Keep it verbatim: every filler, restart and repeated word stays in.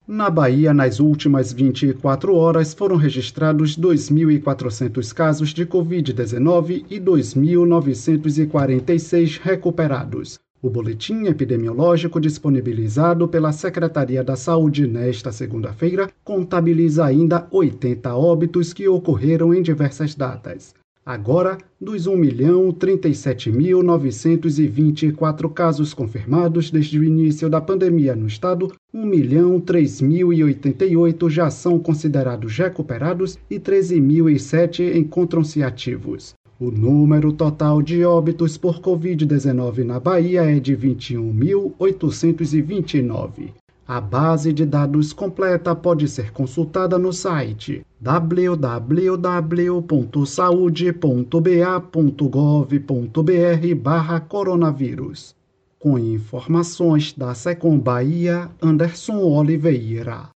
Na Bahia, nas últimas vinte e quatro horas, foram registrados dois mil e quatrocentos casos de covid dezenove e dois mil novecentos e quarenta e seis recuperados. O boletim epidemiológico disponibilizado pela Secretaria da Saúde nesta segunda-feira contabiliza ainda oitenta óbitos que ocorreram em diversas datas. Agora, dos um milhão trinta e sete mil novecentos e vinte e quatro casos confirmados desde o início da pandemia no estado, um milhão três mil e oitenta e oito já são considerados recuperados e treze mil e sete encontram-se ativos. O número total de óbitos por covid dezenove na Bahia é de vinte e um mil oitocentos e vinte e nove. A base de dados completa pode ser consultada no site w w w ponto saude ponto b a ponto gov ponto b r barra coronavírus. Com informações da Secom Bahia, Anderson Oliveira.